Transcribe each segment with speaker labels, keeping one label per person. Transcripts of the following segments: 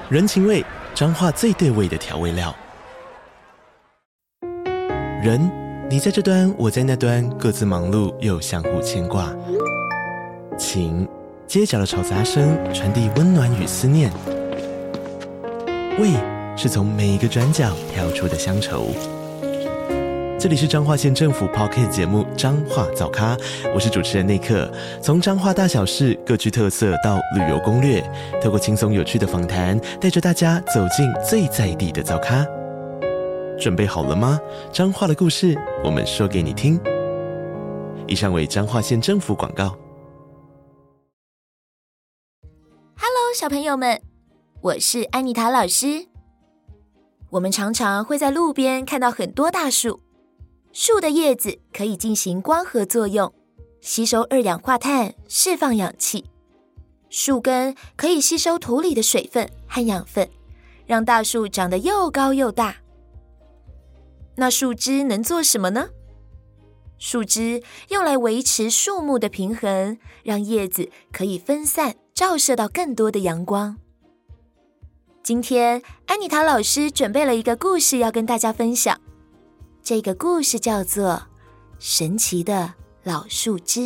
Speaker 1: 人情味，彰化最对味的调味料。人，你在这端，我在那端，各自忙碌又相互牵挂。情，街角的吵杂声传递温暖与思念。味，是从每一个转角跳出的乡愁。这里是彰化县政府 Podcast 节目《彰化早咖》，我是主持人内克。从彰化大小事各具特色到旅游攻略，透过轻松有趣的访谈，带着大家走进最在地的早咖。准备好了吗？彰化的故事，我们说给你听。以上为彰化县政府广告。
Speaker 2: Hello， 小朋友们，我是安妮塔老师。我们常常会在路边看到很多大树。树的叶子可以进行光合作用，吸收二氧化碳，释放氧气。树根可以吸收土里的水分和养分，让大树长得又高又大。那树枝能做什么呢？树枝用来维持树木的平衡，让叶子可以分散，照射到更多的阳光。今天，安妮塔老师准备了一个故事要跟大家分享。这个故事叫做《神奇的老树枝》。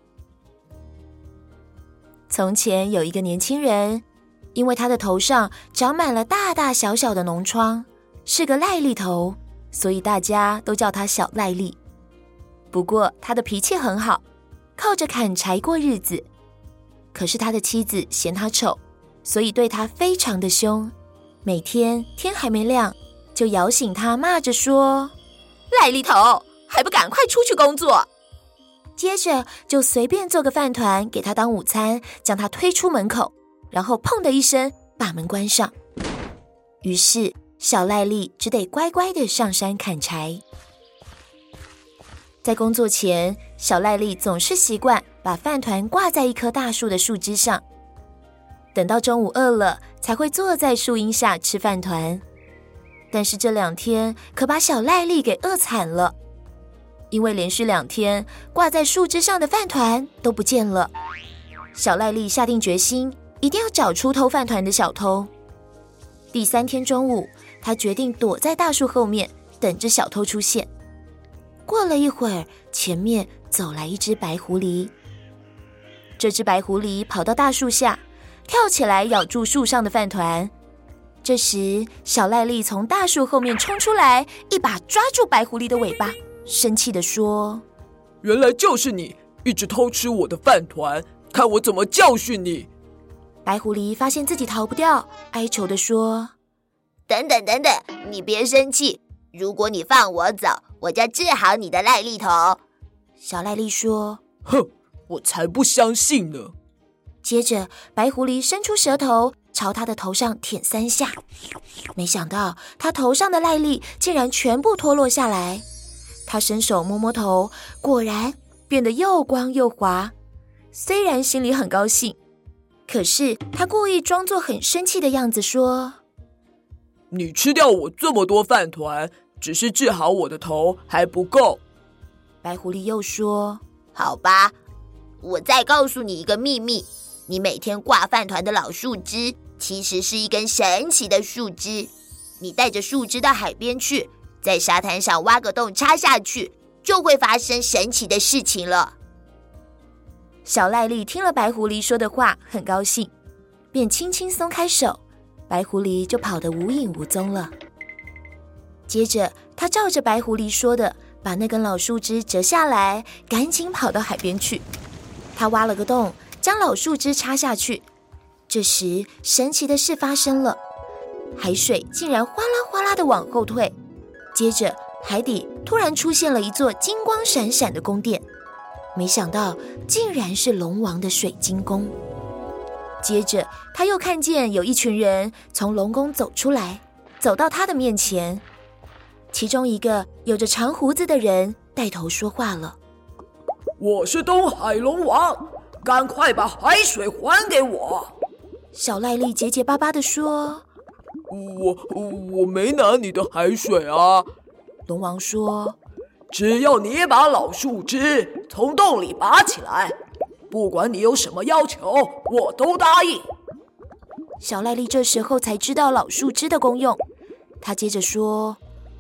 Speaker 2: 从前有一个年轻人，因为他的头上长满了大大小小的脓疮，是个癞痢头，所以大家都叫他小癞痢。不过他的脾气很好，靠着砍柴过日子。可是他的妻子嫌他丑，所以对他非常的凶，每天天还没亮就摇醒他，骂着说：赖痢头，还不赶快出去工作！接着就随便做个饭团给他当午餐，将他推出门口，然后砰的一声把门关上。于是小赖痢只得乖乖的上山砍柴。在工作前，小赖痢总是习惯把饭团挂在一棵大树的树枝上，等到中午饿了才会坐在树荫下吃饭团。但是这2天可把小赖痢给饿惨了，因为连续2天挂在树枝上的饭团都不见了。小赖痢下定决心，一定要找出偷饭团的小偷。第3天中午，他决定躲在大树后面，等着小偷出现。过了一会儿，前面走来一只白狐狸。这只白狐狸跑到大树下，跳起来咬住树上的饭团。这时小赖痢从大树后面冲出来，一把抓住白狐狸的尾巴，生气地说：
Speaker 3: 原来就是你，一直偷吃我的饭团，看我怎么教训你！
Speaker 2: 白狐狸发现自己逃不掉，哀求地说：
Speaker 4: 等等，你别生气，如果你放我走，我就治好你的赖痢头。
Speaker 2: 小赖痢说：
Speaker 3: 哼，我才不相信呢。
Speaker 2: 接着白狐狸伸出舌头朝他的头上舔3下，没想到他头上的赖痢竟然全部脱落下来。他伸手摸摸头，果然变得又光又滑。虽然心里很高兴，可是他故意装作很生气的样子说：
Speaker 3: 你吃掉我这么多饭团，只是治好我的头还不够。
Speaker 2: 白狐狸又说：
Speaker 4: 好吧，我再告诉你一个秘密，你每天挂饭团的老树枝其实是一根神奇的树枝。你带着树枝到海边去，在沙滩上挖个洞插下去，就会发生神奇的事情了。
Speaker 2: 小赖痢听了白狐狸说的话，很高兴，便轻轻松开手，白狐狸就跑得无影无踪了。接着他照着白狐狸说的，把那根老树枝折下来，赶紧跑到海边去。他挖了个洞，将老树枝插下去。这时神奇的事发生了，海水竟然哗啦哗啦地往后退，接着海底突然出现了一座金光闪闪的宫殿，没想到竟然是龙王的水晶宫。接着他又看见有一群人从龙宫走出来，走到他的面前。其中一个有着长胡子的人带头说话了：
Speaker 3: 我是东海龙王，赶快把海水还给我！
Speaker 2: 小赖痢结结巴巴地说：
Speaker 3: 我没拿你的海水啊。
Speaker 2: 龙王说：
Speaker 3: 只要你把老树枝从洞里拔起来，不管你有什么要求，我都答应。
Speaker 2: 小赖莉这时候才知道老树枝的功用。她接着说：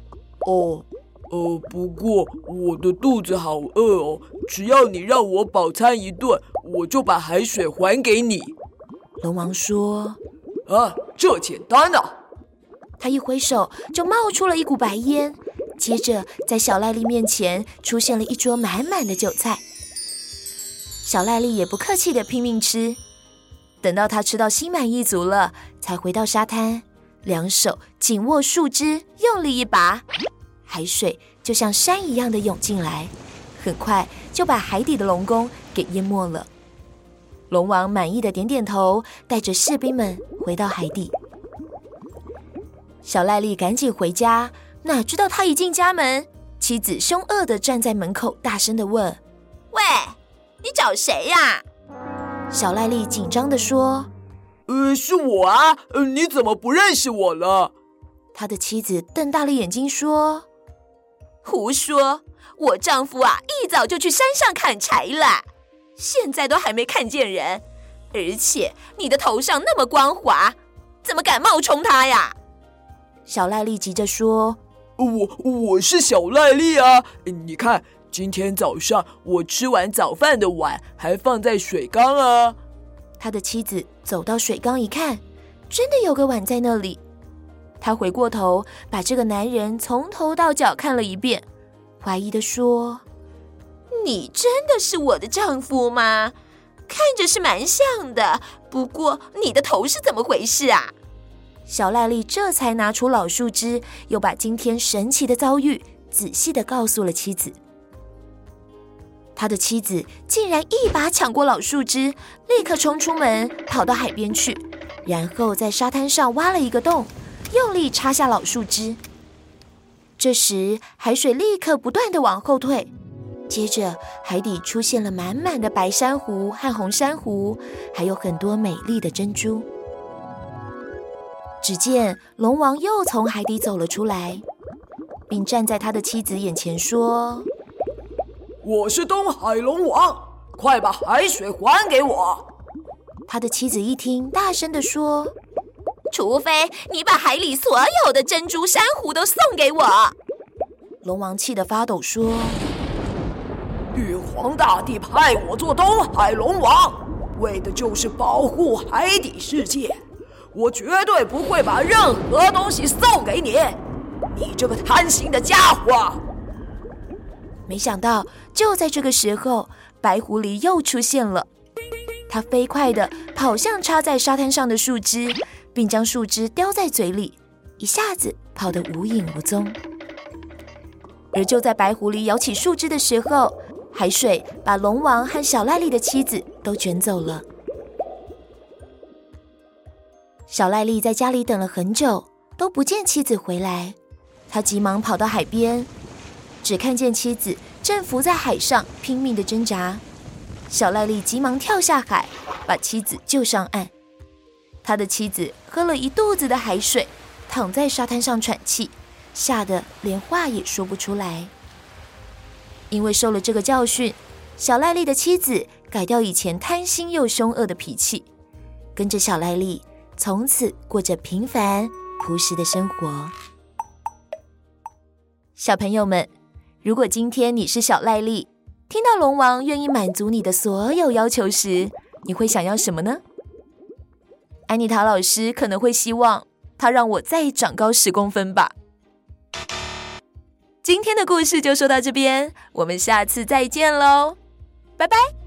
Speaker 3: 不过我的肚子好饿哦，只要你让我饱餐一顿，我就把海水还给你。
Speaker 2: 龙王说：
Speaker 3: 这简单啊。
Speaker 2: 他一挥手就冒出了一股白烟，接着在小赖莉面前出现了一桌满满的酒菜。小赖莉也不客气地拼命吃，等到他吃到心满意足了，才回到沙滩，两手紧握树枝，用力一拔，海水就像山一样的涌进来，很快就把海底的龙宫给淹没了。龙王满意的点点头，带着士兵们回到海底。小赖莉赶紧回家，哪知道他一进家门，妻子凶恶地站在门口，大声地问：
Speaker 4: 喂，你找谁呀？
Speaker 2: 小赖莉紧张地说：
Speaker 3: 是我啊，你怎么不认识我了？
Speaker 2: 他的妻子瞪大了眼睛说：
Speaker 5: 胡说，我丈夫啊一早就去山上砍柴了，现在都还没看见人，而且你的头上那么光滑，怎么敢冒充他呀？
Speaker 2: 小赖莉急着说：
Speaker 3: 我是小赖莉啊，你看今天早上我吃完早饭的碗还放在水缸啊。
Speaker 2: 他的妻子走到水缸一看，真的有个碗在那里。他回过头把这个男人从头到脚看了一遍，怀疑地说：
Speaker 5: 你真的是我的丈夫吗？看着是蛮像的，不过你的头是怎么回事啊？
Speaker 2: 小赖莉这才拿出老树枝，又把今天神奇的遭遇仔细地告诉了妻子。他的妻子竟然一把抢过老树枝，立刻冲出门跑到海边去，然后在沙滩上挖了一个洞，用力插下老树枝。这时海水立刻不断地往后退，接着海底出现了满满的白珊瑚和红珊瑚，还有很多美丽的珍珠。只见龙王又从海底走了出来，并站在他的妻子眼前说：
Speaker 3: 我是东海龙王，快把海水还给我。
Speaker 2: 他的妻子一听，大声地说：
Speaker 5: 除非你把海里所有的珍珠珊瑚都送给我。
Speaker 2: 龙王气得发抖说：
Speaker 3: 玉皇大帝派我做东海龙王，为的就是保护海底世界，我绝对不会把任何东西送给你，你这个贪心的家伙。
Speaker 2: 没想到就在这个时候，白狐狸又出现了。它飞快地跑向插在沙滩上的树枝，并将树枝叼在嘴里，一下子跑得无影无踪。而就在白狐狸咬起树枝的时候，海水把龙王和小赖莉的妻子都卷走了。小赖莉在家里等了很久，都不见妻子回来。他急忙跑到海边，只看见妻子正浮在海上拼命地挣扎。小赖莉急忙跳下海，把妻子救上岸。他的妻子喝了一肚子的海水，躺在沙滩上喘气，吓得连话也说不出来。因为受了这个教训，小赖莉的妻子改掉以前贪心又凶恶的脾气，跟着小赖莉从此过着平凡朴实的生活。小朋友们，如果今天你是小赖莉，听到龙王愿意满足你的所有要求时，你会想要什么呢？安妮塔老师可能会希望他让我再长高10公分吧。今天的故事就说到这边，我们下次再见喽，拜拜。